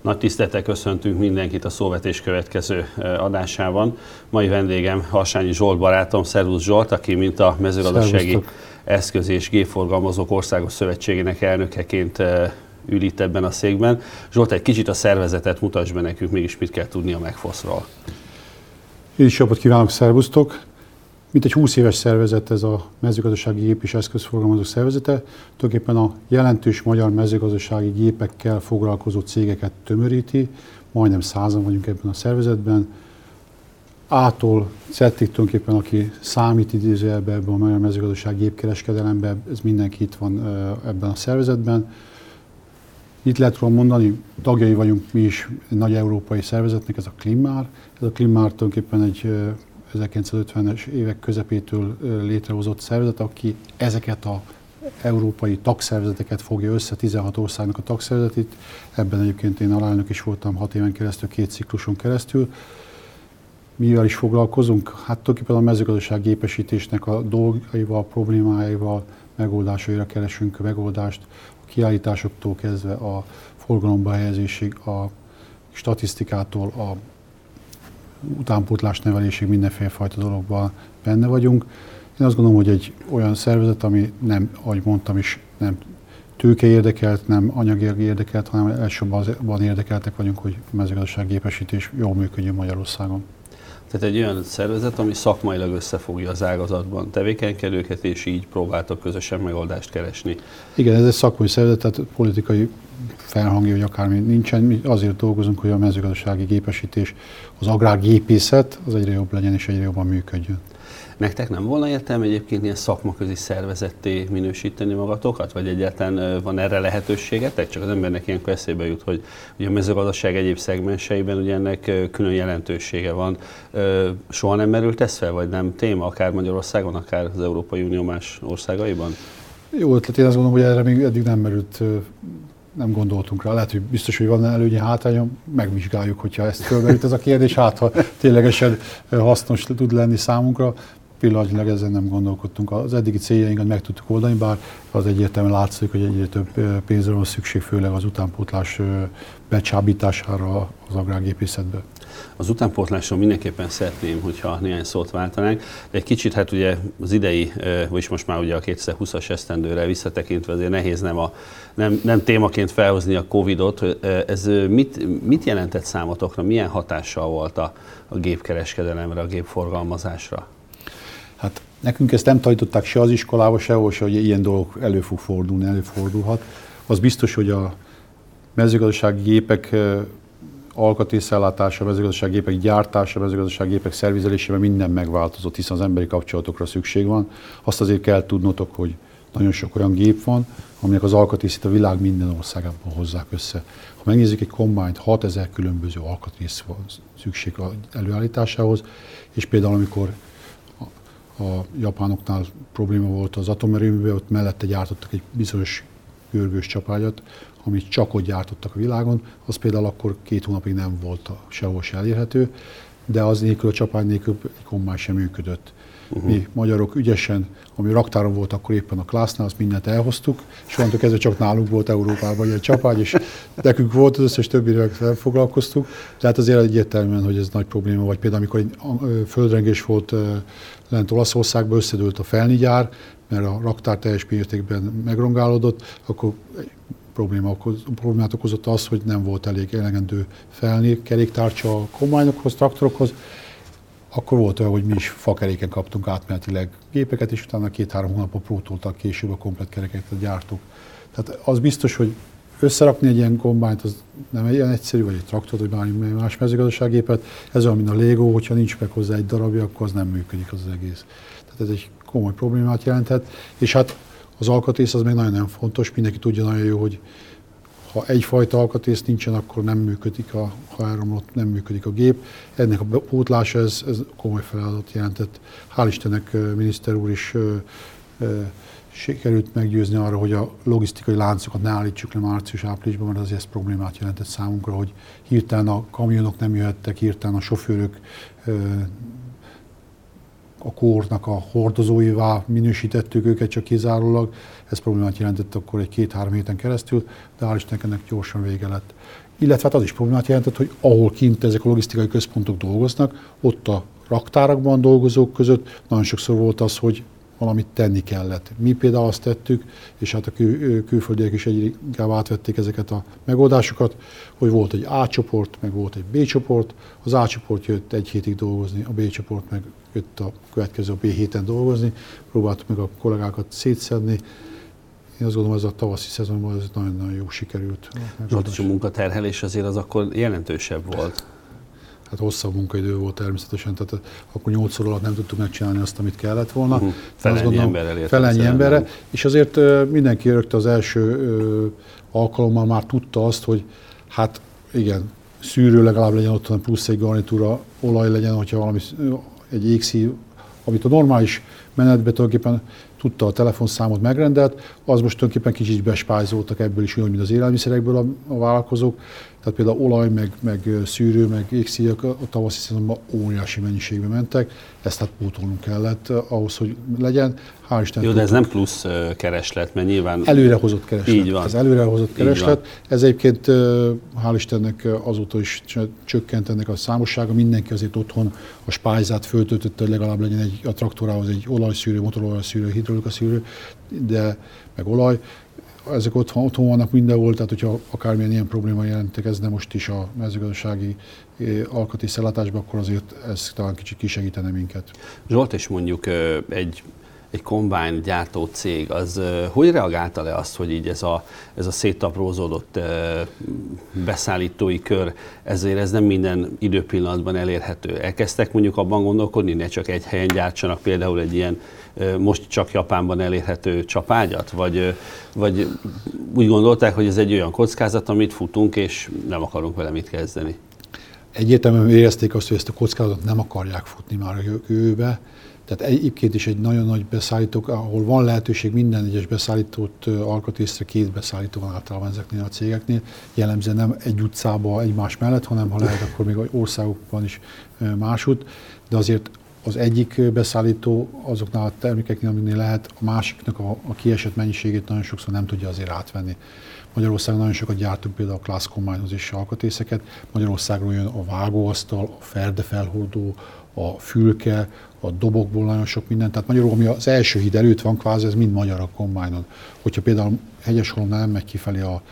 Nagy tisztelettel köszöntünk mindenkit a Szóvetés következő adásában. Mai vendégem Harsányi Zsolt barátom. Szervusz Zsolt, aki mint a mezőgazdasági eszköz- és gépforgalmazók országos szövetségének elnökeként ül itt ebben a székben. Zsolt, egy kicsit a szervezetet mutasd be nekünk, mégis mit kell tudni a Megfoszról. Én is jobbot kívánok, szervusztok! Mint egy 20 éves szervezet ez a mezőgazdasági gép- és eszközforgalmazók szervezete, tulajdonképpen a jelentős magyar mezőgazdasági gépekkel foglalkozó cégeket tömöríti, majdnem 100-an vagyunk ebben a szervezetben. A-tól Z-ig tulajdonképpen, aki számít idézőjelben ebben a magyar mezőgazdasági gépkereskedelemben, ez mindenki itt van ebben a szervezetben. Itt lehet róla mondani, tagjai vagyunk mi is egy nagy európai szervezetnek, ez a Klimmár. Ez a Klimmár tulajdonképpen egy 1950-es évek közepétől létrehozott szervezet, aki ezeket az európai tagszervezeteket fogja össze, 16 országnak a tagszervezetét. Ebben egyébként én alelnök is voltam 6 éven keresztül, 2 cikluson keresztül. Mivel is foglalkozunk? Hát tulajdonképpen a mezőgazdaság gépesítésnek a dolgaival, problémáival, megoldásaira keresünk megoldást, a kiállításoktól kezdve a forgalomba helyezésig, a statisztikától, a utánpótlás nevelésig mindenféle fajta dologban benne vagyunk. Én azt gondolom, hogy egy olyan szervezet, ami nem, ahogy mondtam is, nem tőke érdekelt, nem anyagilag érdekelt, hanem elsősorban érdekeltek vagyunk, hogy a mezőgazdasággépesítés jól működjön Magyarországon. Tehát egy olyan szervezet, ami szakmailag összefogja az ágazatban tevékenykedőket, és így próbáltak közösen megoldást keresni. Igen, ez egy szakmai szervezet, tehát politikai felhangja, hogy akármi nincsen. Mi azért dolgozunk, hogy a mezőgazdasági gépesítés, az agrárgépészet az egyre jobb legyen és egyre jobban működjön. Nektek nem volna értelme egyébként ilyen szakmaközi szervezetté minősíteni magatokat, vagy egyáltalán van erre lehetőségetek? Csak az embernek ilyenkor eszébe jut, hogy ugye a mezőgazdaság egyéb szegmenseiben ugye ennek külön jelentősége van. Soha nem merült ez fel, vagy nem téma, akár Magyarországon, akár az Európai Unió más országaiban? Jó ötlet, én azt gondolom, hogy erre még eddig nem merült, nem gondoltunk rá. Lehet, hogy biztos, hogy van előnye, hátránya, megvizsgáljuk, hogyha ezt fölmerült ez a kérdés, hát ha ténylegesen hasznos tud lenni számunkra. Pillanatnyilag ezen nem gondolkodtunk. Az eddigi céljainkat meg tudtuk oldani, bár az egyértelműen látszik, hogy egyre több pénzre van szükség, főleg az utánpótlás becsábítására az agrárgépészetbe. Az utánpótlásról mindenképpen szeretném, hogyha néhány szót váltanánk. De egy kicsit hát ugye az idei, vagyis most már ugye a 2020-as esztendőre visszatekintve azért nehéz nem témaként felhozni a Covid-ot. Ez mit jelentett számotokra, milyen hatással volt a gépkereskedelemre, a gépforgalmazásra? Hát nekünk ezt nem tanították se az iskolába, sehol se, hogy ilyen dolog előfordulhat. Az biztos, hogy a mezőgazdasági gépek alkatrészellátása, a mezőgazdasági gépek gyártása, a mezőgazdasági gépek szervizelésében minden megváltozott, hiszen az emberi kapcsolatokra szükség van. Azt azért kell tudnotok, hogy nagyon sok olyan gép van, aminek az alkatrészét a világ minden országában hozzák össze. Ha megnézzük egy kombányt, 6000 különböző alkatrész van szükség előállításához, és például amikor a japánoknál probléma volt az atomerőműben, ott mellette gyártottak egy bizonyos görgős csapágyat, amit csak ott gyártottak a világon, az például akkor 2 hónapig nem volt sehol se elérhető, de az nélkül, a csapágy nélkül egy kombány sem működött. Mi magyarok ügyesen, ami raktáron volt akkor éppen a Klásznál, azt mindent elhoztuk, és onnantól kezdve csak nálunk volt Európában egy csapágy, és nekünk volt az összes többiről foglalkoztuk. Tehát azért egyértelműen, hogy ez nagy probléma, vagy például amikor egy földrengés volt lent Olaszországban, összedőlt a Felni gyár, mert a raktár teljes mértékben megrongálódott, akkor problémát okozott az, hogy nem volt elég elegendő felni keréktárcsa a kombányokhoz, traktorokhoz. Akkor volt olyan, hogy mi is fakeréken kaptunk átmenetileg gépeket, és utána 2-3 hónapot prótoltak később a komplett kerekeket a gyártók. Tehát az biztos, hogy összerakni egy ilyen kombányt, az nem egy ilyen egyszerű, vagy egy traktort, vagy bármi más mezőgazdasággépet. Ez olyan, mint a Lego, hogyha nincs meg hozzá egy darabja, akkor az nem működik az egész. Tehát ez egy komoly problémát jelenthet. És hát az alkatrész az még nagyon nem fontos, mindenki tudja nagyon jó, hogy ha egyfajta alkatrész nincsen, akkor nem működik, ha elromlott, nem működik a gép. Ennek a pótlása ez komoly feladat jelentett. Hál' Istennek miniszter úr is sikerült meggyőzni arra, hogy a logisztikai láncokat ne állítsuk le március-áprilisban, mert azért ez problémát jelentett számunkra, hogy hirtelen a kamionok nem jöhettek, hirtelen a sofőrök a kórnak a hordozóivá minősítettük őket csak kizárólag. Ez problémát jelentett akkor egy 2-3 héten keresztül, de hál' Istennek ennek gyorsan vége lett. illetve hát az is problémát jelentett, hogy ahol kint ezek a logisztikai központok dolgoznak, ott a raktárakban dolgozók között nagyon sokszor volt az, hogy valamit tenni kellett. Mi például azt tettük, és hát a külföldiek is egyre inkább átvették ezeket a megoldásokat, hogy volt egy A csoport, meg volt egy B csoport. Az A csoport jött egy hétig dolgozni, a B csoport meg jött a következő a B héten dolgozni. Próbáltuk meg a kollégákat szétszedni. Én azt gondolom, ez a tavaszi szezonban ez nagyon-nagyon jó sikerült. Zsolt, a munkaterhelés azért az akkor jelentősebb volt. Hát hosszabb munkaidő volt természetesen, tehát akkor 8 óra alatt nem tudtuk megcsinálni azt, amit kellett volna. Felennyi emberrel Felennyi emberre, és azért mindenki rögtön az első alkalommal már tudta azt, hogy hát igen, szűrő legalább legyen ott, plusz egy garnitúra, olaj legyen, hogyha valami egy égszív, amit a normális menetben tulajdonképpen tudta a telefonszámot megrendelt, az most tulajdonképpen kicsit bespájzoltak ebből is, mint az élelmiszerekből a vállalkozók. Tehát például olaj, meg szűrő, meg égszíjak a tavaszi szezonban óriási mennyiségbe mentek. Ezt hát pótolnunk kellett ahhoz, hogy legyen. Hál' Isten. Jó, de ez nem plusz kereslet, mert nyilván... Előrehozott kereslet. Így van. Ez előrehozott kereslet. Ez egyébként hál' Istennek azóta is csökkent ennek a számossága. Mindenki azért otthon a spájzát föltöltötte, hogy legalább legyen a traktorához egy olajszűrő, motorolajszűrő, hidrolikaszűrő, de meg olaj. Ezek otthon vannak mindenhol, tehát hogyha akármilyen ilyen probléma jelentkezne most is a mezőgazdasági alkatrészellátásban, akkor azért ez talán kicsit kisegítene minket. Zsolt, és mondjuk egy combine gyártó cég, az hogy reagálta le azt, hogy így ez a széttaprózódott beszállítói kör, ezért ez nem minden időpillanatban elérhető? Elkezdtek mondjuk abban gondolkodni, ne csak egy helyen gyártsanak például egy ilyen most csak Japánban elérhető csapágyat? Vagy úgy gondolták, hogy ez egy olyan kockázat, amit futunk, és nem akarunk vele mit kezdeni? Egyértelműen érezték azt, hogy ezt a kockázatot nem akarják futni már a jövőbe. Tehát egyébként is egy nagyon nagy beszállítók, ahol van lehetőség minden egyes beszállítót alkatrészre, 2 beszállító van általában ezeknél a cégeknél. Jellemzően nem egy utcában egymás mellett, hanem ha lehet, akkor még országokban is másút. De azért az egyik beszállító azoknál a termékeknél, aminél lehet, a másiknak a kiesett mennyiségét nagyon sokszor nem tudja azért átvenni. Magyarországon nagyon sokat gyártunk például a Class Combine-hoz is alkatrészeket. Magyarországról jön a vágóasztal, a ferdefelhordó, a fülke, a dobokból nagyon sok minden. Tehát magyarul, ami az első híd előtt van, kvázi ez mind magyar a Combine-on. Hogyha például Hegyeshalomnál nem megy kifelé a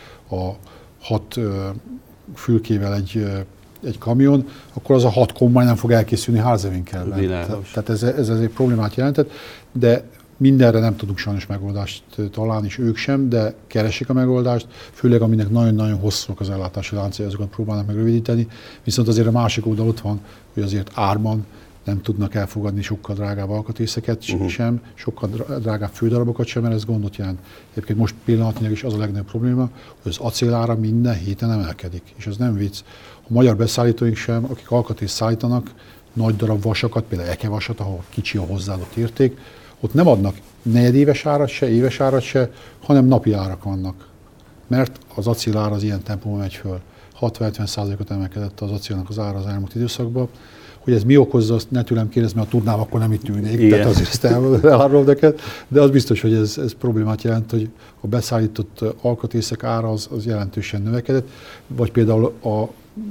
6 fülkével egy kamion, akkor az a 6 Combine nem fog elkészülni Házevinkelben. Tehát ez egy problémát jelentett, de mindenre nem tudunk sajnos megoldást találni, és ők sem, de keresik a megoldást, főleg aminek nagyon-nagyon hosszúak az ellátási láncai, azokat próbálnak meg rövidíteni, viszont azért a másik oldal ott van, hogy azért árban nem tudnak elfogadni sokkal drágább alkatrészeket sem, sokkal drágább fődarabokat sem, mert ez gondot jelent. Egyébként most pillanatnyilag is az a legnagyobb probléma, hogy az acélára minden héten emelkedik, és ez nem vicc. A magyar beszállítóink sem, akik alkatrészt szállítanak, nagy darab vasakat, például ekevasat, ahol kicsi a hozzáadott érték, ott nem adnak negyedéves árat se, éves árat se, hanem napi árak vannak. Mert az acélár az ilyen tempóban megy föl. 60-70%-ot emelkedett az acélnak az ára az elmúlt időszakban. Hogy ez mi okozza, azt ne tőlem kérdezni, mert ha tudnám, akkor nem itt ülnék. Tehát azért ezt elárulom neked. De az biztos, hogy ez problémát jelent, hogy a beszállított alkatrészek ára az jelentősen növekedett. Vagy például a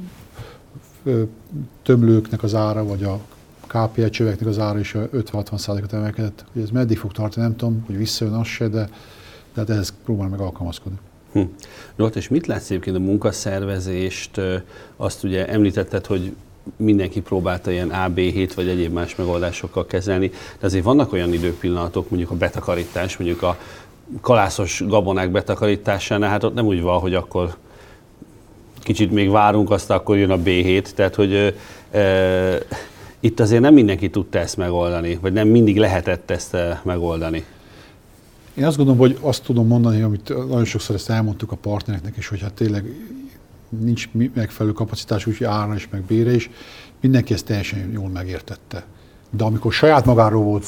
tömlőknek az ára, vagy a KPI csöveknek az ára is 50-60%-ot emelkedett. Hogy ez meddig fog tartani, nem tudom, hogy visszajön az se, de hát ehhez próbál meg alkalmazkodni. Zsolt, és mit látsz egyébként a munkaszervezést? Azt ugye említetted, hogy mindenki próbálta ilyen AB7 vagy egyéb más megoldásokkal kezelni, de azért vannak olyan időpillanatok, mondjuk a betakarítás, mondjuk a kalászos gabonák betakarításánál, hát ott nem úgy van, hogy akkor kicsit még várunk, azt akkor jön a B7, tehát hogy itt azért nem mindenki tudta ezt megoldani, vagy nem mindig lehetett ezt megoldani. Én azt gondolom, hogy azt tudom mondani, amit nagyon sokszor ezt elmondtuk a partnereknek is, hogy hát tényleg nincs megfelelő kapacitás, úgyhogy ára is, meg bére is, mindenki ezt teljesen jól megértette. De amikor saját magáról volt szó,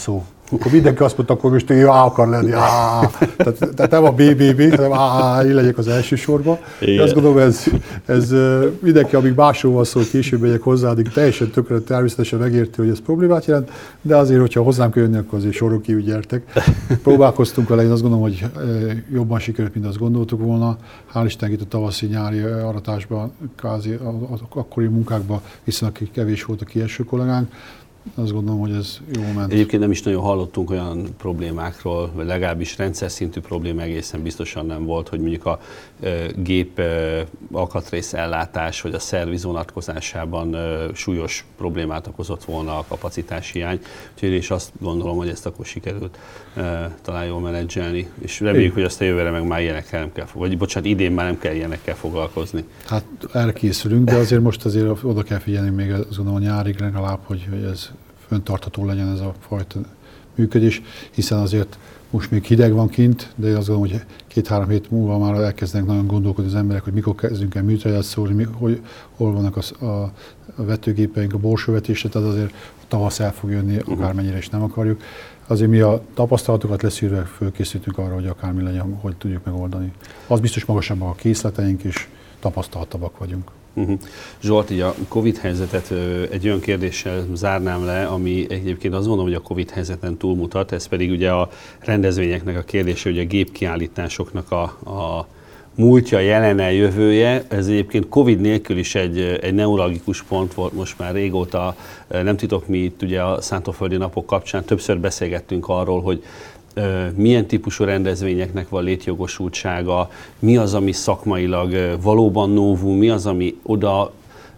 akkor mindenki azt mondta, akkor most ő A akar lenni. Tehát nem a BBB, hanem én legyek az első sorban. Azt gondolom, ez mindenki, amíg másról szól, hogy később megyek hozzá, addig teljesen tökre természetesen megérti, hogy ez problémát jelent, de azért, hogyha hozzám kell jönni, akkor azért soron kívül gyertek. Próbálkoztunk vele, én azt gondolom, hogy jobban sikerült, mint azt gondoltuk volna. Hál' Istennek itt a tavaszi-nyári aratásban, kvázi akkori munkákban viszonylag kevés volt a kieső kollégánk. Azt gondolom, hogy ez jó ment. Egyébként nem is nagyon hallottunk olyan problémákról, vagy legalábbis rendszer szintű probléma egészen biztosan nem volt, hogy mondjuk a gép alkatrész ellátás, vagy a szerviz vonatkozásában súlyos problémát okozott volna a kapacitás hiány. Úgyhogy én is azt gondolom, hogy ezt akkor sikerült talán jól menedzselni, és reméljük, hogy azt a jövőre meg már ilyenekkel nem kell, vagy bocsánat, idén már nem kell ilyenekkel foglalkozni. Hát erre készülünk, de azért most azért oda kell figyelni még azt gondolom a nyárig legalább, hogy ez fenntartható legyen ez a fajta működés, hiszen azért most még hideg van kint, de én azt gondolom, hogy 2-3 hét múlva már elkezdenek nagyon gondolkodni az emberek, hogy mikor kezdünk el műtrágyát szórni, hol vannak a vetőgépeink, a borsóvetésre, tehát azért a tavasz el fog jönni, akármennyire is nem akarjuk. Azért mi a tapasztalatokat leszűrve fölkészítünk arra, hogy akármi legyen, hogy tudjuk megoldani. Az biztos magasabbak a készleteink, és tapasztaltabbak vagyunk. Zsolt, így a Covid helyzetet egy olyan kérdéssel zárnám le, ami egyébként azt gondolom, hogy a Covid helyzeten túlmutat, ez pedig ugye a rendezvényeknek a kérdése, ugye a gépkiállításoknak a múltja, jelene, jövője. Ez egyébként Covid nélkül is egy neuralgikus pont volt most már régóta. Nem titok, mi itt ugye a Szántóföldi napok kapcsán többször beszélgettünk arról, hogy milyen típusú rendezvényeknek van létjogosultsága, mi az, ami szakmailag valóban novum, mi az, ami oda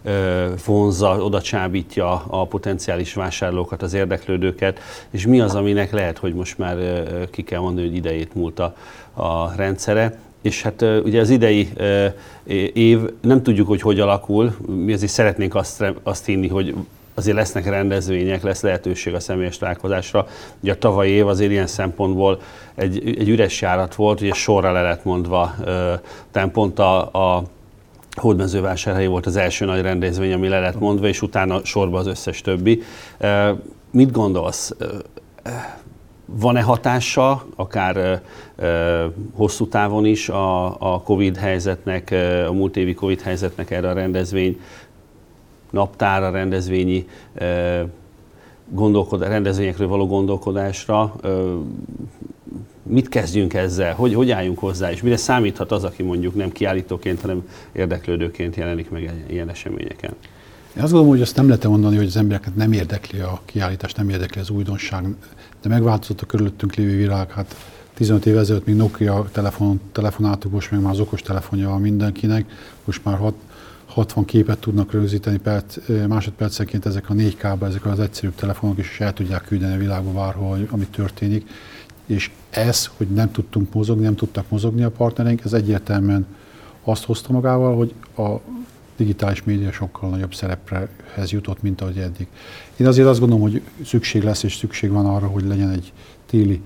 vonzza, oda csábítja a potenciális vásárlókat, az érdeklődőket, és mi az, aminek lehet, hogy most már ki kell mondani, hogy idejét múlt a rendszere. És hát ugye az idei év nem tudjuk, hogy alakul, mi azért szeretnénk azt hinni, hogy azért lesznek rendezvények, lesz lehetőség a személyes találkozásra. Ugye a tavalyi év azért ilyen szempontból egy üres járat volt, ugye sorra le lett mondva, talán pont a Hódmezővásárhelyi volt az első nagy rendezvény, ami le lett mondva, és utána sorba az összes többi. Mit gondolsz? Van-e hatása, akár hosszú távon is a Covid helyzetnek, a múlt évi Covid helyzetnek erre a rendezvény naptára, rendezvényi rendezvényekről való gondolkodásra? Mit kezdjünk ezzel? Hogy álljunk hozzá? És mire számíthat az, aki mondjuk nem kiállítóként, hanem érdeklődőként jelenik meg ilyen eseményeken? Én azt gondolom, hogy azt nem lehet mondani, hogy az embereket nem érdekli a kiállítás, nem érdekli az újdonság, de megváltozott a körülöttünk lévő világ. Hát 15 évvel ezelőtt még Nokia telefonáltuk, most meg már az okos telefonja van mindenkinek, most már 60 képet tudnak rögzíteni másodpercenként ezek a 4K-ba, ezek az egyszerűbb telefonok, és el tudják küldeni a világba bárhol, ami történik. És ez, hogy nem tudtunk mozogni, nem tudtak mozogni a partnereink, ez egyértelműen azt hozta magával, hogy a digitális média sokkal nagyobb szerephez jutott, mint ahogy eddig. Én azért azt gondolom, hogy szükség lesz és szükség van arra, hogy legyen egy téli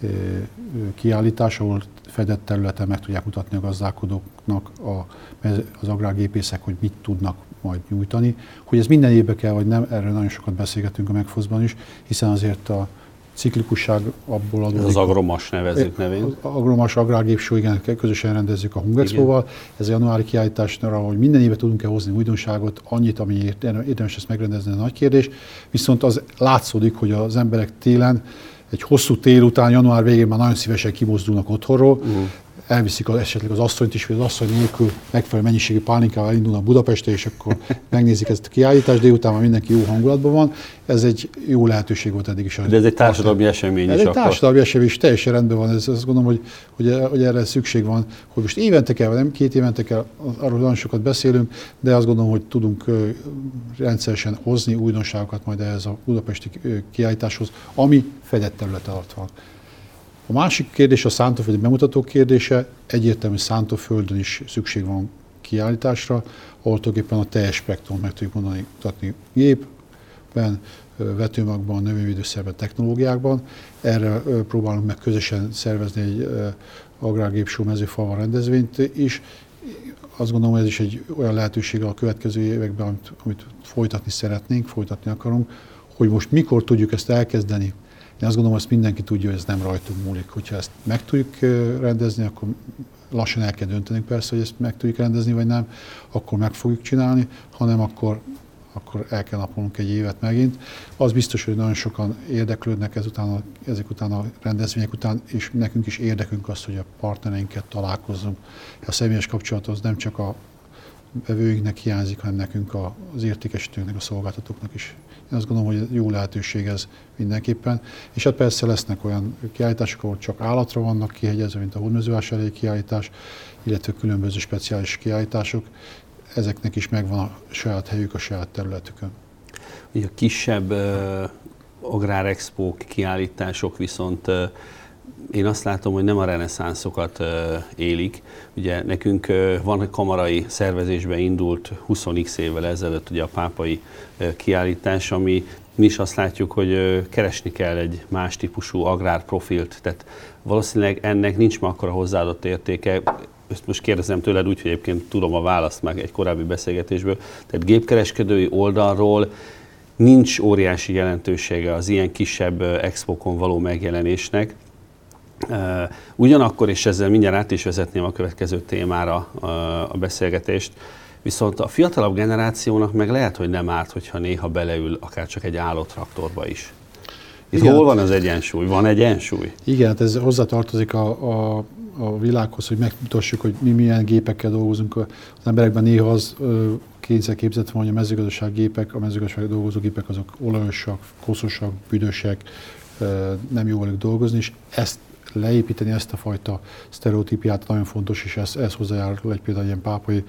kiállítás, ahol fedett területen meg tudják mutatni a gazdálkodóknak, az agrárgépészek, hogy mit tudnak majd nyújtani. Hogy ez minden évben kell, vagy nem, erről nagyon sokat beszélgetünk a Megfoszban is, hiszen azért a ciklikusság abból adódik. Az Agromas nevezzük nevén. Az Agromas agrárgépshow, igen, közösen rendezzük a Hungexpo-val. Ez a januári kiállításra, hogy minden évben tudunk-e hozni újdonságot, annyit, ami érdemes ezt megrendezni, a nagy kérdés. Viszont az látszódik, hogy az emberek télen, egy hosszú tél után, január végén már nagyon szívesen kimozdulnak otthonról, elviszik esetleg az asszonyt is, vagy az asszony nélkül megfelelő mennyiségű pálinkával elindulnak Budapestre, és akkor megnézik ezt a kiállítást, délután már mindenki jó hangulatban van. Ez egy jó lehetőség volt eddig is. De ez egy társadalmi esemény is. Ez egy társadalmi esemény is, teljesen rendben van. Ez azt gondolom, hogy erre szükség van, hogy most évente kell, vagy nem 2 évente kell, arról nagyon sokat beszélünk, de azt gondolom, hogy tudunk rendszeresen hozni újdonságokat majd ehhez a budapesti kiállításhoz, ami fedett terület alatt van. A másik kérdés a szántóföldi bemutató kérdése, egyértelmű szántóföldön is szükség van kiállításra, ahol tulajdonképpen a teljes spektrumot meg tudjuk mutatni gépben, vetőmagban, növényvédőszerben, technológiákban. Erre próbálunk meg közösen szervezni egy agrárgépshow mezőfalva rendezvényt is. Azt gondolom, hogy ez is egy olyan lehetőség a következő években, amit folytatni szeretnénk, folytatni akarunk, hogy most mikor tudjuk ezt elkezdeni, Én azt gondolom, hogy ezt mindenki tudja, hogy ez nem rajtunk múlik. Hogyha ezt meg tudjuk rendezni, akkor lassan el kell döntenünk persze, hogy ezt meg tudjuk rendezni, vagy nem, akkor meg fogjuk csinálni, hanem akkor el kell napolnunk egy évet megint. Az biztos, hogy nagyon sokan érdeklődnek ezek után a rendezvények után, és nekünk is érdekünk az, hogy a partnereinket találkozzunk. A személyes kapcsolat az nem csak a vevőinknek hiányzik, hanem nekünk az értékesítőknek, a szolgáltatóknak is. Én azt gondolom, hogy jó lehetőség ez mindenképpen. És hát persze lesznek olyan kiállítások, ahol csak állatra vannak kihegyezve, mint a hódmezővásárhelyi kiállítás, illetve különböző speciális kiállítások. Ezeknek is megvan a saját helyük a saját területükön. Ugye a kisebb agrárexpók, kiállítások viszont én azt látom, hogy nem a reneszánszokat élik. Ugye nekünk van egy kamarai szervezésbe indult 20x évvel ezelőtt ugye a pápai kiállítás, ami mi is azt látjuk, hogy keresni kell egy más típusú agrárprofilt, tehát valószínűleg ennek nincs ma akkora hozzáadott értéke. Ezt most kérdezem tőled úgy, hogy egyébként tudom a választ meg egy korábbi beszélgetésből. Tehát gépkereskedői oldalról nincs óriási jelentősége az ilyen kisebb expókon való megjelenésnek. Ugyanakkor, és ezzel mindjárt át is vezetném a következő témára a beszélgetést, viszont a fiatalabb generációnak meg lehet, hogy nem árt, hogyha néha beleül akár csak egy állótraktorba is. Itt hol van az egyensúly? Van egyensúly? Igen, hát ez hozzátartozik a világhoz, hogy megmutassuk, hogy mi milyen gépekkel dolgozunk. Az emberekben néha az kényszerképzett van, hogy a mezőgazdasági gépek, a mezőgazdasági dolgozó gépek azok olajosak, koszosak, büdösek, nem jó velük dolgozni, és ezt leépíteni, ezt a fajta sztereotípiát nagyon fontos, és ez hozzájárul egy például ilyen pápai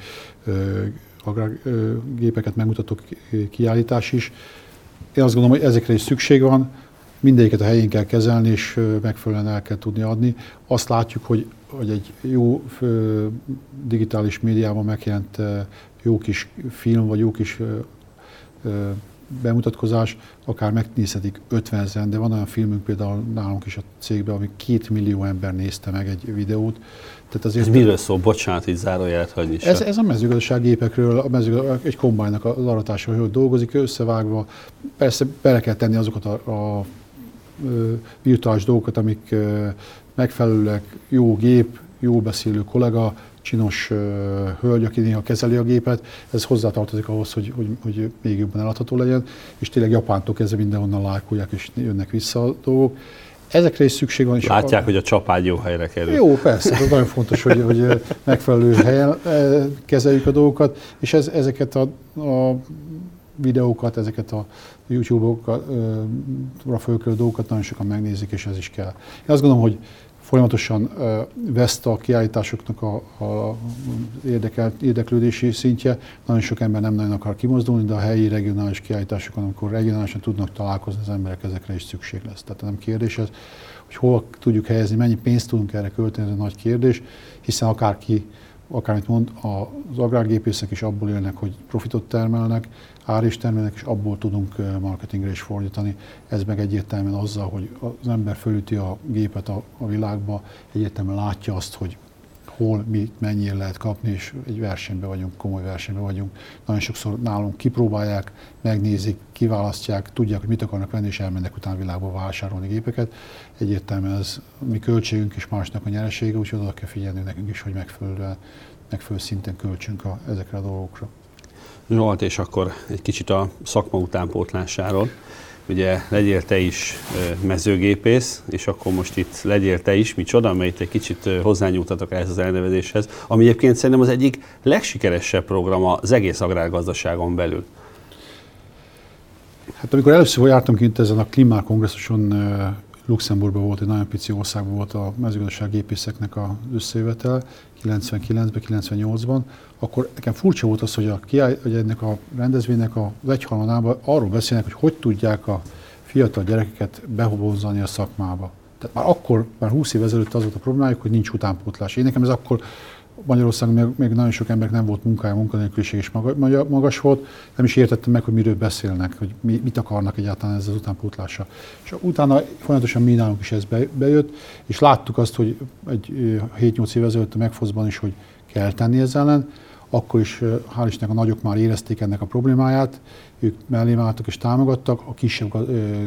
agrárgépeket megmutató kiállítás is. Én azt gondolom, hogy ezekre is szükség van, mindegyiket a helyén kell kezelni, és megfelelően el kell tudni adni. Azt látjuk, hogy egy jó digitális médiában megjelent jó kis film, vagy jó kis bemutatkozás, akár megnézhetik 50 000, de van olyan filmünk például nálunk is a cégben, ami 2 millió ember nézte meg egy videót. Tehát azért ez miről szól? Bocsánat, így zárójelet hagyni is. Ez a mezőgazdasági gépekről, egy kombájnak az aratása, hogy dolgozik, összevágva. Persze bele kell tenni azokat a virtuális dolgokat, amik megfelelőek, jó gép, jó beszélő kollega, csinos hölgy, aki néha kezeli a gépet, ez hozzátartozik ahhoz, hogy még jobban eladható legyen, és tényleg Japántól kezdve mindenhonnan lájkolják, és jönnek vissza a dolgok. Ezekre is szükség van. Látják, hogy a csapágy jó helyre kerül. Jó, persze, ez nagyon fontos, hogy megfelelő helyen kezeljük a dolgokat, és ezeket a videókat, ezeket a YouTube-okra fölkerülő dolgokat nagyon sokan megnézik, és ez is kell. Én azt gondolom, hogy folyamatosan veszt a kiállításoknak a érdeklődési szintje. Nagyon sok ember nem nagyon akar kimozdulni, de a helyi regionális kiállításokon, amikor regionálisan tudnak találkozni az emberek, ezekre is szükség lesz. Tehát nem kérdés ez, hogy hol tudjuk helyezni, mennyi pénzt tudunk erre költeni, ez egy nagy kérdés, hiszen akármit mond, az agrárgépészek is abból élnek, hogy profitot termelnek, ár is termelnek, és abból tudunk marketingre is fordítani. Ez meg egyértelműen azzal, hogy az ember fölüti a gépet a világba, egyértelműen látja azt, hogy hol, mit, mennyire lehet kapni, és egy versenyben vagyunk, komoly versenyben vagyunk. Nagyon sokszor nálunk kipróbálják, megnézik, kiválasztják, tudják, hogy mit akarnak venni, és elmennek utána a világba vásárolni gépeket. Egyértelműen ez mi költségünk és másnak a nyeresége, úgyhogy oda kell figyelni nekünk is, hogy megfelelő szinten költsünk ezekre a dolgokra. Zsolt, és akkor egy kicsit a szakma utánpótlásáról. Ugye legyél te is mezőgépész, és akkor most itt legyél te is, micsoda, mert itt egy kicsit hozzányújtatok ehhez az elnevezéshez, ami egyébként szerintem az egyik legsikeresebb program az egész agrárgazdaságon belül. Hát amikor először jártam kint ezen a Klímár kongresszuson, Luxemburgban volt, egy nagyon pici országban volt a mezőgazdasági gépészeknek az összejövetel, 99-ben, 98-ban, akkor nekem furcsa volt az, hogy ennek a rendezvénynek az egyharmadában arról beszélnek, hogy tudják a fiatal gyerekeket behobozani a szakmába. Tehát már 20 év ezelőtt az volt a problémájuk, hogy nincs utánpótlás. Én nekem ez akkor Magyarországon még nagyon sok emberek nem volt munkája, munkanélküliség is magas volt, nem is értettem meg, hogy miről beszélnek, hogy mit akarnak egyáltalán ezzel az utánpótlással. És utána folyamatosan mi nálunk is ez bejött, és láttuk azt, hogy egy 7-8 év ezelőtt a Megfoszban is, hogy kell tenni ezzel ellen. Akkor is, hál' Istennek, a nagyok már érezték ennek a problémáját, ők mellém álltak és támogattak, a kisebb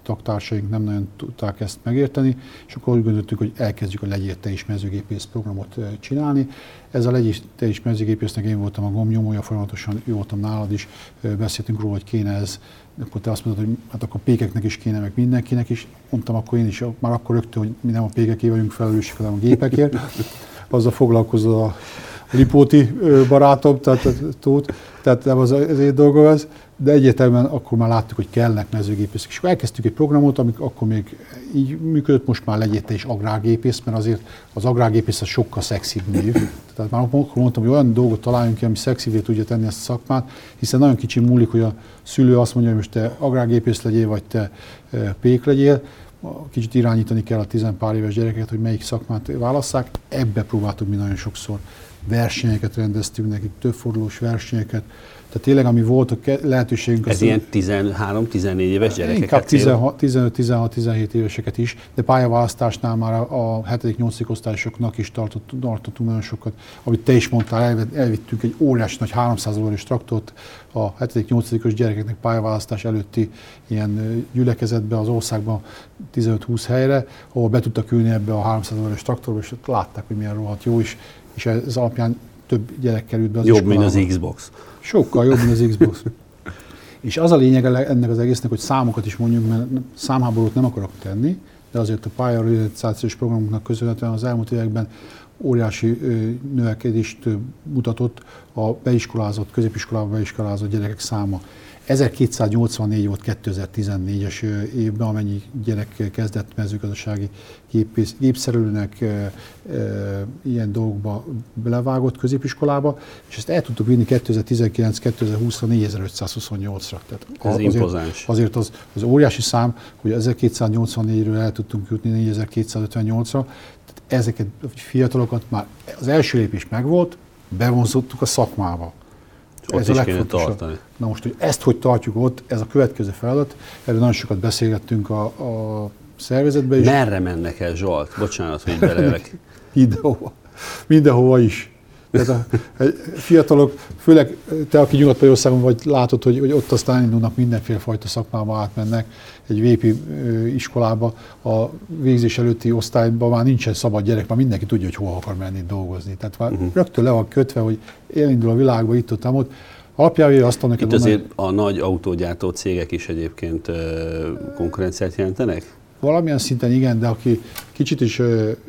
taktársaink nem nagyon tudták ezt megérteni, és akkor úgy gondoltuk, hogy elkezdjük a Legyél te is mezőgépész programot csinálni. Ez a Legyél te is mezőgépésznek én voltam a gombnyomója, folyamatosan jó voltam nálad is, beszéltünk róla, hogy kéne ez, akkor te azt mondtad, hogy hát akkor pékeknek is kéne, meg mindenkinek is. Mondtam akkor én is, már akkor rögtön, hogy mi nem a pékeké vagyunk felelősek, hanem a gépekért. Azzal foglalkozol a Lipóti barátom, tehát nem az én dolgom ez, de egyértelműen akkor már láttuk, hogy kellnek mezőgépészek. És akkor elkezdtük egy programot, amik akkor még így működött, most már Legyél te is agrárgépész, mert azért az agrárgépész az sokkal szexibb név. Tehát már akkor mondtam, hogy olyan dolgot találjunk ki, ami szexivé tudja tenni ezt a szakmát, hiszen nagyon kicsi múlik, hogy a szülő azt mondja, hogy most te agrárgépész legyél, vagy te pék legyél. Kicsit irányítani kell a 10 pár éves gyerekeket, hogy melyik szakmát válasszák. Ebbe próbáltuk mi nagyon sokszor. Versenyeket rendeztünk nekik, többfordulós versenyeket. Tehát tényleg, ami volt a lehetőségünk... Ez ilyen 13-14 éves gyerekeket? Inkább 15-16-17 éveseket is, de pályaválasztásnál már a 7.-8. osztályosoknak is tartottunk nagyon sokat. Amit te is mondtál, elvittünk egy óriási nagy 300 órás traktort a 7.-8. gyerekeknek pályaválasztás előtti ilyen gyülekezetbe az országban 15-20 helyre, ahol be tudtak ülni ebbe a 300 órás traktorba, és látták, hogy milyen rohadt jó is, és ez alapján több gyerek került be az jobb, iskolába. Mint az Xbox. Sokkal jobb, mint az Xbox. És az a lényeg ennek az egésznek, hogy számokat is mondjuk, mert számháborút nem akarok tenni, de azért a pályarientációs programoknak köszönhetően az elmúlt években óriási növekedést mutatott a beiskolázott, középiskolába beiskolázott gyerekek száma. 1284 volt 2014-es évben, amennyi gyerek kezdett mezőgazdasági gépszerelőnek ilyen dolgokba belevágott középiskolába, és ezt el tudtuk vinni 2019-2020-ra 4528-ra. Ez impozáns. Azért az óriási szám, hogy 1284-ről el tudtunk jutni 4258-ra, tehát ezeket a fiatalokat már az első lépés megvolt, bevonzottuk a szakmába. Ott ez is kéne tartani. Na most, hogy ezt hogy tartjuk ott, ez a következő feladat. Erről nagyon sokat beszélgettünk a szervezetben is. Merre mennek el, Zsolt? Bocsánat, hogy belevek. Mindenhova. Mindenhova is. Tehát a fiatalok, főleg te, aki Nyugat-Magyarországon vagy, látod, hogy ott aztán indulnak mindenféle fajta szakmába, átmennek egy vépi iskolába, a végzés előtti osztályban már nincsen szabad gyerek, már mindenki tudja, hogy hova akar menni dolgozni. Tehát már rögtön le van kötve, hogy elindul a világba itt-ott. Alapjában azt mondom neked. Itt azért a nagy autógyártó cégek is egyébként konkurenciát jelentenek? Valamilyen szinten igen, de aki kicsit is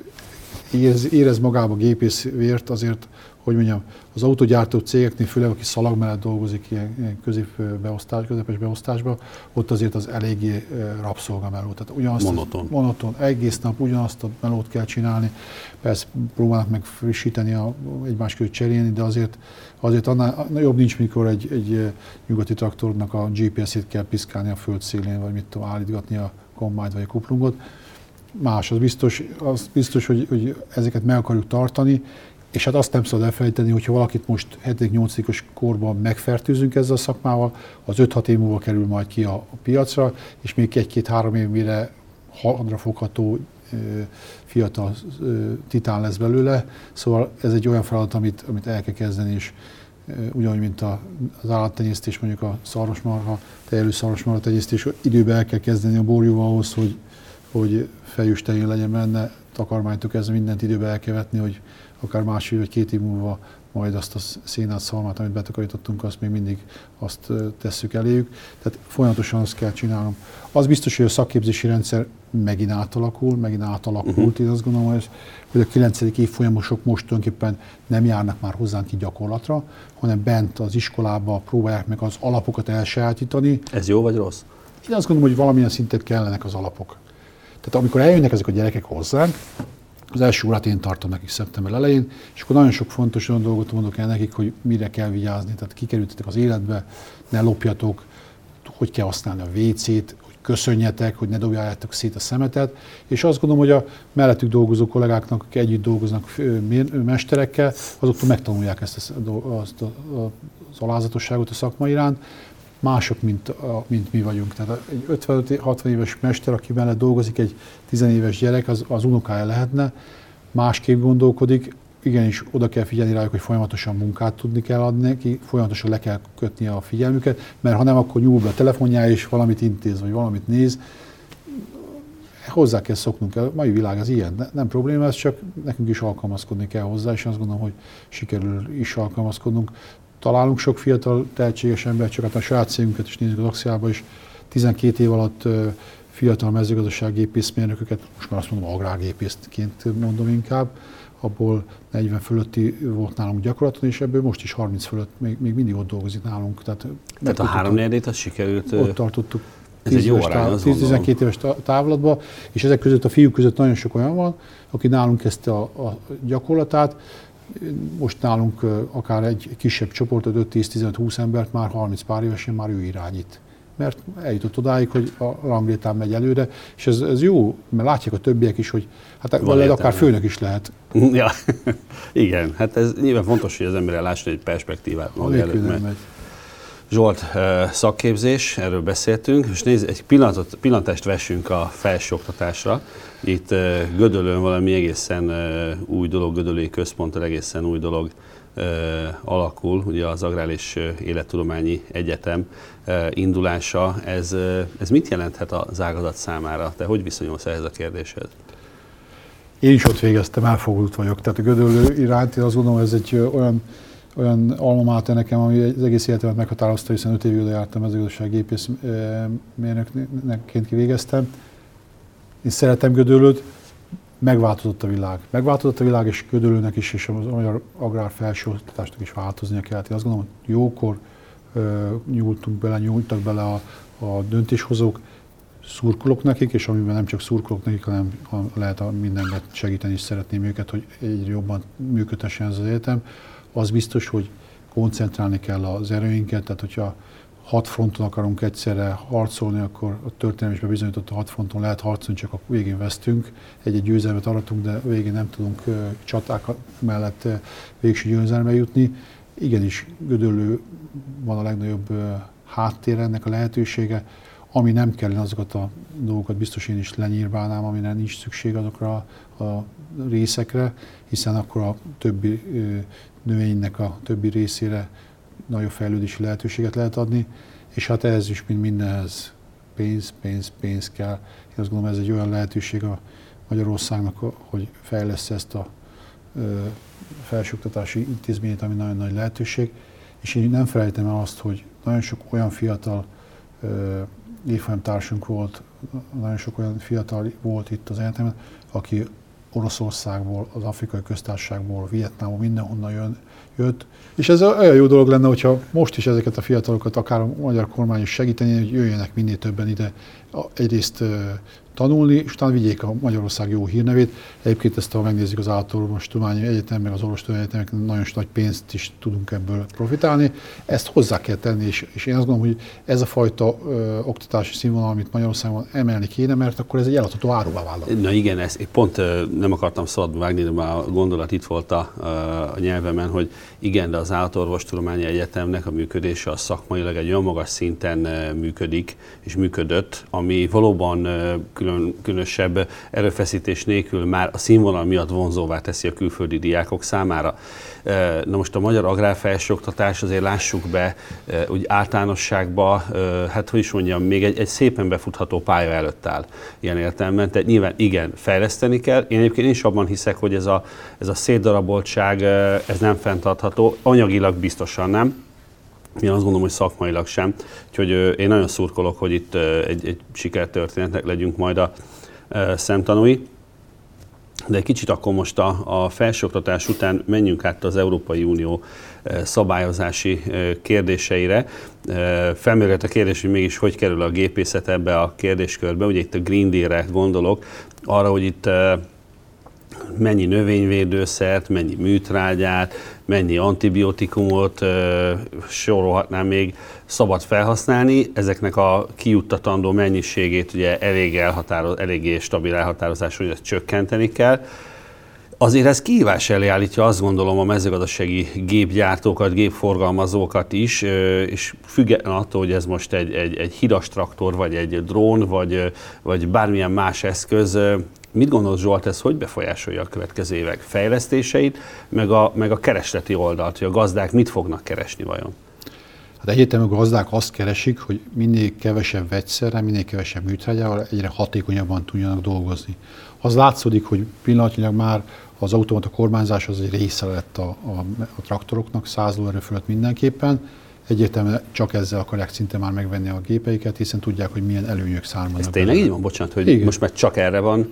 érez magába gépészvért, azért, hogy mondjam, az autógyártó cégeknél, főleg aki szalag mellett dolgozik ilyen közepes beosztásban, ott azért az eléggé rabszolgameló. Tehát ugyanazt monoton. Egész nap ugyanazt a melót kell csinálni. Persze próbálnak meg frissíteni, egymás között cserélni, de azért annál jobb nincs, mikor egy nyugati traktornak a GPS-ét kell piszkálni a föld szélén, vagy mit tudom, állítgatni a kombányt vagy a kuplungot. Más, az biztos, hogy ezeket meg akarjuk tartani, és hát azt nem szabad elfelejteni, hogyha valakit most 7.-8. korban megfertőzünk ezzel a szakmával, az 5-6 év múlva kerül majd ki a piacra, és még 1-2-3 év mire hadra fogható fiatal titán lesz belőle. Szóval ez egy olyan feladat, amit el kell kezdeni, és ugyanúgy, mint az állattenyésztés, mondjuk a szarvasmarha, tejelő szarvasmarha tenyésztés, időben el kell kezdeni a borjúval ahhoz, hogy fejős tehén legyen benne, takarmánytól kezdve mindent időbe el kell vetni, hogy akár másfél vagy 2 év múlva majd azt a szénát, szalmát, amit betakarítottunk, azt még mindig azt tesszük eléjük. Tehát folyamatosan azt kell csinálnom. Az biztos, hogy a szakképzési rendszer megint átalakult. Én azt gondolom, hogy a 9. évfolyamosok most tulajdonképpen nem járnak már hozzánk ki gyakorlatra, hanem bent az iskolába próbálják meg az alapokat elsajátítani. Ez jó vagy rossz? Én azt gondolom, hogy valamilyen szinten kellenek az alapok. Tehát amikor eljönnek ezek a gyerekek hozzánk, az első órát én tartom nekik szeptember elején, és akkor nagyon sok fontos olyan dolgot mondok el nekik, hogy mire kell vigyázni. Tehát kikerültetek az életbe, ne lopjatok, hogy kell használni a WC-t, hogy köszönjetek, hogy ne dobjátok szét a szemetet. És azt gondolom, hogy a mellettük dolgozó kollégáknak, akik együtt dolgoznak mesterekkel, azoktól megtanulják ezt az alázatosságot a szakma iránt. Mások, mint mi vagyunk. Tehát egy 55-60 éves mester, aki mellett dolgozik, egy 10 éves gyerek, az unokája lehetne, másképp gondolkodik, igenis oda kell figyelni rájuk, hogy folyamatosan munkát tudni kell adni neki, folyamatosan le kell kötni a figyelmüket, mert ha nem, akkor nyúl be a telefonjára és valamit intéz, vagy valamit néz, hozzá kell szoknunk, a mai világ az ilyen, nem probléma, ez csak nekünk is alkalmazkodni kell hozzá, és azt gondolom, hogy sikerül is alkalmazkodnunk. Találunk sok fiatal, tehetséges embert, csak hát a saját cégünket is nézzük az Axiálba is. 12 év alatt fiatal mezőgazdasággépészmérnököket, most már azt mondom agrárgépészként mondom inkább, abból 40 fölötti volt nálunk gyakorlaton, és ebből most is 30 fölött még mindig ott dolgozik nálunk. Tehát a 3/4-ét azt sikerült... Ott tartottuk. Ez egy jó arány, 10-12 éves távlatban, és ezek között a fiúk között nagyon sok olyan van, aki nálunk kezdte a gyakorlatát. Most nálunk akár egy kisebb csoportot, 5-10-15-20 embert már 30 pár évesen már ő irányít. Mert eljutott odáig, hogy a ranglétán megy előre, és ez jó, mert látják a többiek is, hogy hát veled akár főnök is lehet. Ja, igen, hát ez nyilván fontos, hogy az emberrel lásson egy perspektívát maga előtt. Zsolt, szakképzés, erről beszéltünk, és nézd, egy pillantást vessünk a felsőoktatásra. Itt Gödöllőn valami egészen új dolog, Gödöllői Központtal egészen új dolog alakul, ugye az Agrár és Élettudományi Egyetem indulása. Ez mit jelenthet az ágazat számára? Te hogy viszonyulsz ehhez a kérdéshez? Én is ott végeztem, elfogult vagyok. Tehát a Gödöllő iránt én azt gondolom, ez egy olyan alma mater nekem, ami az egész életemet meghatározta, hiszen 5 évig oda jártam, mezőgazdasági gépészmérnökként kivégeztem. Én szeretem Gödöllőt, megváltozott a világ, és Gödöllőnek is, és a magyar agrár felsőoktatásnak is változnia kellett. Én azt gondolom, hogy jókor nyúltak bele a döntéshozók, szurkolok nekik, és amiben nem csak szurkolok nekik, hanem lehet mindenket segíteni is szeretném őket, hogy egyre jobban működhessen ez az egyetem. Az biztos, hogy koncentrálni kell az erőinket, tehát hogyha 6 fronton akarunk egyszerre harcolni, akkor a történelmesben bizonyított, a 6 fronton lehet harcolni, csak a végén vesztünk. Egy győzelmet aratunk, de végén nem tudunk csaták mellett végső győzelmre jutni. Igenis, Gödöllő van a legnagyobb háttér ennek a lehetősége. Ami nem kellene, azokat a dolgokat biztos én is lenyírbálnám, amire nincs szükség azokra a részekre, hiszen akkor a többi növénynek a többi részére nagyobb fejlődési lehetőséget lehet adni, és hát ehhez is, mint mindenhez pénz kell. Én azt gondolom, ez egy olyan lehetőség a Magyarországnak, hogy fejlessze ezt a felsőoktatási intézményt, ami nagyon nagy lehetőség, és én nem felejtem el azt, hogy nagyon sok olyan fiatal évfolyamtársunk volt, nagyon sok olyan fiatal volt itt az egyetemen, aki Oroszországból, az Afrikai Köztársaságból, Vietnámból, mindenhonnan jött. És ez olyan jó dolog lenne, hogyha most is ezeket a fiatalokat akár a magyar kormány is segíteni, hogy jöjjenek minél többen ide egyrészt tanulni, és utána vigyék a Magyarország jó hírnevét. Egyébként ezt, ha megnézzük az Állatorvostudományi Egyetem, meg az orvostudományi egyetemek, nagyon nagy pénzt is tudunk ebből profitálni. Ezt hozzá kell tenni, és én azt gondolom, hogy ez a fajta oktatási színvonal, amit Magyarországon emelni kéne, mert akkor ez egy eladható áruvá válna. Na igen, ezt pont nem akartam szabadba vágni, de már a gondolat itt volt a nyelvemen, hogy igen, de az Állatorvostudományi Egyetemnek a működése az szakmailag egy olyan magas szinten működik, és működött, ami valóban különösebb erőfeszítés nélkül már a színvonal miatt vonzóvá teszi a külföldi diákok számára. Na most a magyar agrárfelsőoktatás, azért lássuk be, úgy általánosságban, hát hogy is mondjam, még egy szépen befutható pálya előtt áll ilyen értelemben. Tehát nyilván igen, fejleszteni kell. Én egyébként is abban hiszek, hogy ez a szétdaraboltság, ez nem fenntartható, anyagilag biztosan nem. Én azt gondolom, hogy szakmailag sem. Úgyhogy én nagyon szurkolok, hogy itt egy sikertörténetnek legyünk majd a szemtanúi. De egy kicsit akkor most a felsőoktatás után menjünk át az Európai Unió szabályozási kérdéseire. Felmerült a kérdés, hogy mégis hogy kerül a gépészet ebbe a kérdéskörbe. Ugye itt a Green Deal-re gondolok, arra, hogy itt mennyi növényvédőszert, mennyi műtrágyát, mennyi antibiotikumot, sorolhatnám még, szabad felhasználni. Ezeknek a kijuttatandó mennyiségét ugye eléggé stabil elhatározáson, hogy ezt csökkenteni kell. Azért ez kihívás elé állítja, azt gondolom, a mezőgazdasági gépgyártókat, gépforgalmazókat is, és független attól, hogy ez most egy hidas traktor, vagy egy drón, vagy bármilyen más eszköz. Mit gondolsz, Zsolt, ez hogy befolyásolja a következő évek fejlesztéseit, meg a keresleti oldalt, hogy a gazdák mit fognak keresni vajon? Hát egyértelműen a gazdák azt keresik, hogy minél kevesebb vegyszerrel, minél kevesebb műtrágyával egyre hatékonyabban tudjanak dolgozni. Az látszódik, hogy pillanatnyilag már az automata kormányzás az egy része lett a traktoroknak, 100 lóerő fölött mindenképpen. Egyértelműen csak ezzel akarják szinte már megvenni a gépeiket, hiszen tudják, hogy milyen előnyök származnak. Ez tényleg így van? Bocsánat, hogy igen. Most már csak erre van.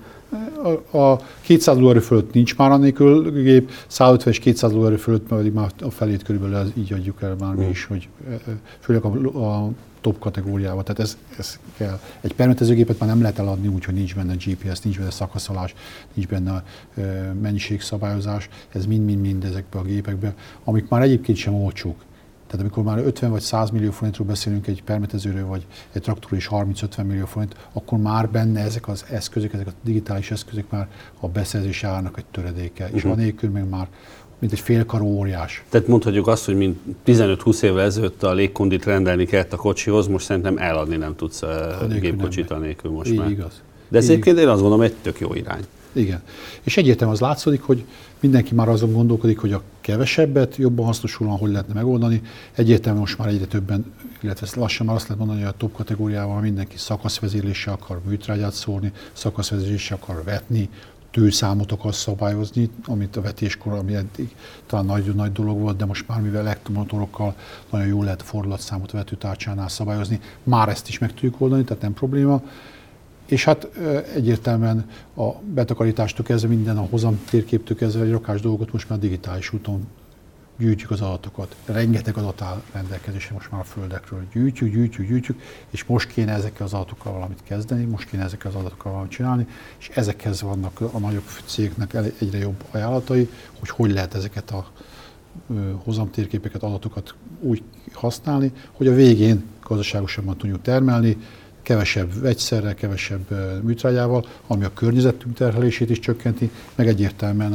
A 200 lóerő fölött nincs már annélkül gép, 150 és 200 lóerő fölött pedig már a felét körülbelül így adjuk el már mi is, hogy főleg a top kategóriában. Tehát ez kell. Egy permetezőgépet már nem lehet eladni úgy, hogy nincs benne GPS, nincs benne szakaszolás, nincs benne mennyiségszabályozás. Ez mind ezekben a gépekben, amik már egyébként sem olcsók. Tehát amikor már 50 vagy 100 millió forintról beszélünk egy permetezőről, vagy egy traktorról is 30-50 millió forint, akkor már benne ezek az eszközök, ezek a digitális eszközök már a beszerzés árnak egy töredéke. És anélkül meg már mint egy félkarú óriás. Tehát mondhatjuk azt, hogy mint 15-20 évvel ezelőtt a légkondit rendelni kellett a kocsihoz, most szerintem eladni nem tudsz gépkocsit anélkül most így már. Igaz. De ez egyébként én azt gondolom, egy tök jó irány. Igen. És egyértelműen az látszódik, hogy mindenki már azon gondolkodik, hogy a kevesebbet jobban hasznosulóan hogy lehetne megoldani. Egyértelműen most már egyre többen, illetve lassan már azt lehet mondani, hogy a top kategóriával mindenki szakaszvezérléssel akar műtrágyát szórni, szakaszvezérléssel akar vetni, tőszámot akar szabályozni, amit a vetéskor, ami eddig talán nagy dolog volt, de most már mivel elektromotorokkal nagyon jól lehet a fordulatszámot a vetőtárcsánál szabályozni, már ezt is meg tudjuk oldani, tehát nem probléma. És hát egyértelműen a betakarítástól kezdve minden, a hozam térképtől kezdve egy rakás dolgot most már digitális úton gyűjtjük az adatokat. Rengeteg adat áll rendelkezésre most már a földekről. Gyűjtjük, és most kéne ezekkel az adatokkal valamit kezdeni, most kéne ezekkel az adatokkal valamit csinálni, és ezekhez vannak a nagyobb cégeknek egyre jobb ajánlatai, hogy lehet ezeket a hozamtérképeket, adatokat úgy használni, hogy a végén gazdaságosabban tudjuk termelni, kevesebb vegyszerrel, kevesebb műtrágyával, ami a környezetünk terhelését is csökkenti, meg egyértelműen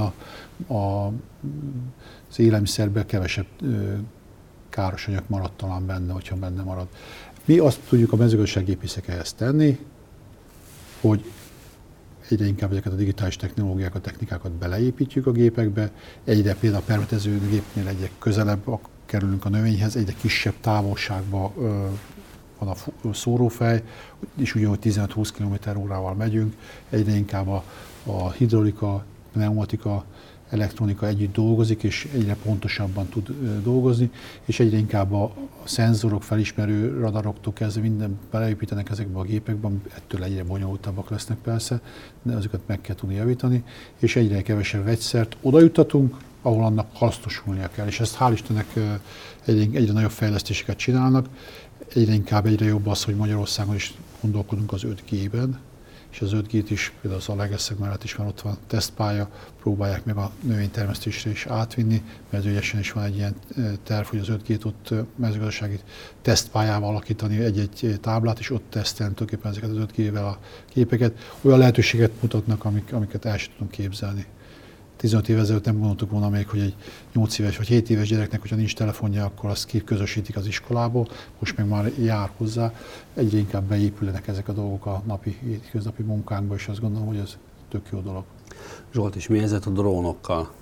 az élelmiszerben kevesebb káros anyag marad talán benne, hogyha benne marad. Mi azt tudjuk a mezőgazdasággépészek ehhez tenni, hogy egyre inkább ezeket a digitális technológiákat, technikákat beleépítjük a gépekbe, egyre például a permetező gépnél egyre közelebb kerülünk a növényhez, egyre kisebb távolságba van a szórófej, és ugyanúgy 15-20 km/h megyünk, egyre inkább a hidrolika, pneumatika, elektronika együtt dolgozik, és egyre pontosabban tud dolgozni, és egyre inkább a szenzorok, felismerő radaroktól kezdve minden beleépítenek ezekbe a gépekbe, ettől egyre bonyolultabbak lesznek persze, de azokat meg kell tudni javítani, és egyre kevesebb vegyszert oda juttatunk, ahol annak hasznosulnia kell, és ezt hál' Istennek egyre nagyobb fejlesztéseket csinálnak. Egyre inkább egyre jobb az, hogy Magyarországon is gondolkodunk az 5G-ben, és az 5G-t is, például az Zalaegerszeg mellett is van, ott van tesztpálya, próbálják meg a növénytermesztésre is átvinni, mert ügyesen is van egy ilyen terv, hogy az 5G-t ott mezőgazdasági tesztpályával alakítani, egy táblát, és ott tesztelni tulajdonképpen ezeket az 5G-vel a képeket. Olyan lehetőséget mutatnak, amiket el sem tudunk képzelni. 15 év ezelőtt nem gondoltuk volna még, hogy egy 8 éves vagy 7 éves gyereknek, hogyha nincs telefonja, akkor azt kiközösítik az iskolából, most meg már jár hozzá. Egyre inkább beépülnek ezek a dolgok a hétköznapi munkánkba, és azt gondolom, hogy ez tök jó dolog. Zsolt, és mi helyzet a drónokkal?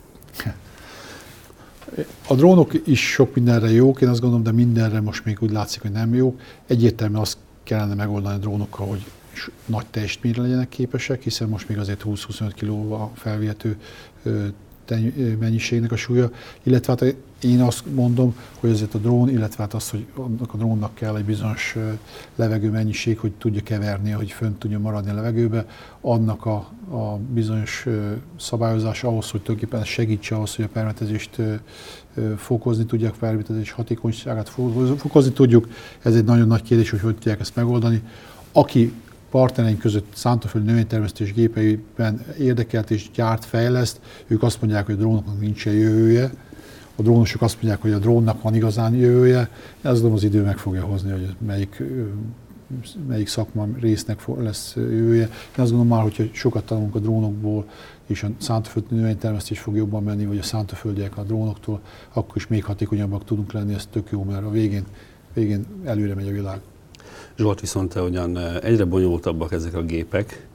A drónok is sok mindenre jók, én azt gondolom, de mindenre most még úgy látszik, hogy nem jó. Egyértelműen azt kellene megoldani a drónokkal, hogy nagy teljesítményre legyenek képesek, hiszen most még azért 20-25 kg a felvihető mennyiségnek a súlya, illetve hát én azt mondom, hogy ezért a drón, illetve hát az, hogy annak a drónnak kell egy bizonyos levegő mennyiség, hogy tudja keverni, hogy fönt tudja maradni a levegőbe, annak a bizonyos szabályozás ahhoz, hogy tulajdonképpen segítse ahhoz, hogy a permetezést fokozni tudják, a permetezés hatékonyságát fokozni tudjuk. Ez egy nagyon nagy kérdés, hogy tudják ezt megoldani. Aki partnereink között szántóföldi növénytermesztés gépeiben érdekelt és gyárt, fejleszt, ők azt mondják, hogy a drónoknak nincsen jövője. A drónosok azt mondják, hogy a drónnak van igazán jövője. Ezt gondolom az idő meg fogja hozni, hogy melyik szakma résznek lesz jövője. Én azt gondolom már, hogyha sokat tanulunk a drónokból, és a szántóföldi növénytermesztés fog jobban menni, vagy a szántóföldiek a drónoktól, akkor is még hatékonyabbak tudunk lenni, ez tök jó, mert a végén előre megy a világ. Zsolt, viszont te ugyan egyre bonyolultabbak ezek a gépek,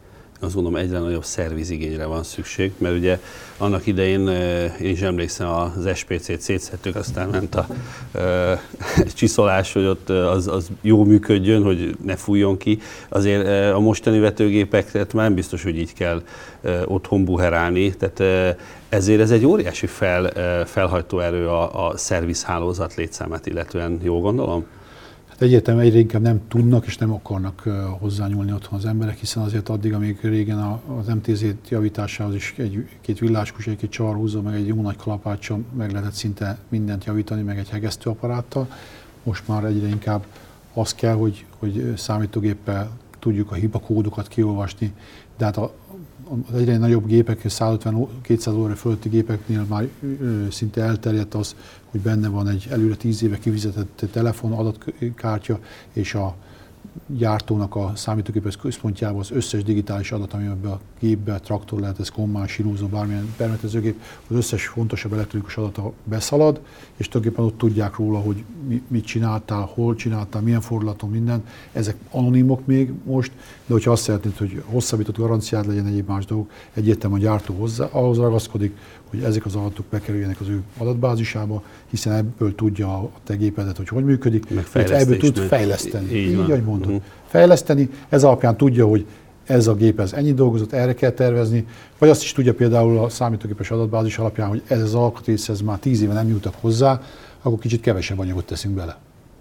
azt gondolom egyre nagyobb szervizigényre van szükség, mert ugye annak idején én is emlékszem, az SPC-t szétszettük, aztán ment a csiszolás, hogy ott az jó működjön, hogy ne fújjon ki. Azért a mostani vetőgépeket már nem biztos, hogy így kell otthon buherálni, tehát ezért ez egy óriási felhajtó erő a szervizhálózat létszámát illetően, jól gondolom? Hát egyértelműen egyre inkább nem tudnak és nem akarnak hozzányúlni otthon az emberek, hiszen azért addig, amíg régen az MTZ javításához is két villáskus, egy csavarhúzó, meg egy jó nagy kalapáccsal meg lehetett szinte mindent javítani, meg egy hegesztőapparáttal. Most már egyre inkább az kell, hogy számítógéppel tudjuk a hibakódokat kiolvasni, de hát az egyre nagyobb gépek, 150-200 óra fölötti gépeknél már szinte elterjedt az, hogy benne van egy előre 10 éve kifizetett telefon, adatkártya, és a gyártónak a számítógépes központjában az összes digitális adat, ami ebbe a gépbe, traktor lehet, ez kommán, sírúzó, bármilyen permetezőgép, az összes fontosabb elektronikus adata beszalad, és tulajdonképpen ott tudják róla, hogy mit csináltál, hol csináltál, milyen fordulaton, minden. Ezek anonimok még most, de hogyha azt szeretnéd, hogy hosszabbított garanciád legyen, egyéb más dolgok, egyértelműen a gyártó ahhoz ragaszkodik, hogy ezek az adatok bekerüljenek az ő adatbázisába, hiszen ebből tudja a te gépedet, hogy működik, ebből tud fejleszteni. Így ahogy mondod. Fejleszteni, ez alapján tudja, hogy ez a gép ennyi dolgozott, erre kell tervezni, vagy azt is tudja például a számítógépes adatbázis alapján, hogy ez az alkatrész, ez már 10 éve nem jutak hozzá, akkor kicsit kevesebb anyagot teszünk bele.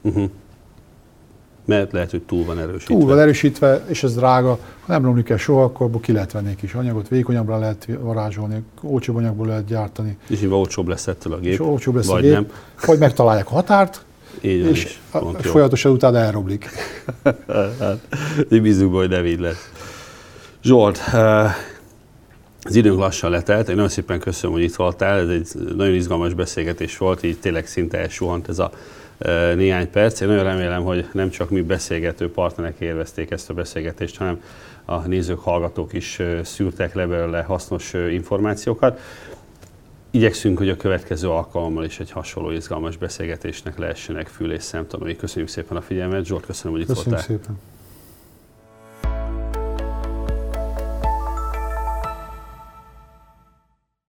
Mert lehet, hogy túl van erősítve. Túl van erősítve, és ez drága. Ha nem romlik el soha, akkor ki lehet venni egy kis anyagot, vékonyabbra lehet varázsolni, olcsóbb anyagból lehet gyártani. És nyilván olcsóbb lesz ettől a gép, és olcsóbb lesz vagy a gép, nem. Vagy megtalálják a határt, és folyamatosan utána elromlik. Hát, bízunk, hogy nem így lesz. Zsolt, az időnk lassan letelt, én nagyon szépen köszönöm, hogy itt voltál, ez egy nagyon izgalmas beszélgetés volt, így tényleg szinte elsuhant ez a néhány perc. Én nagyon remélem, hogy nem csak mi beszélgető partnerek élvezték ezt a beszélgetést, hanem a nézők, hallgatók is szűrtek le belőle hasznos információkat. Igyekszünk, hogy a következő alkalommal is egy hasonló izgalmas beszélgetésnek lehessenek fül és szemtanúi. Köszönjük szépen a figyelmet. Zsolt, köszönöm, hogy itt voltál. Köszönjük szépen.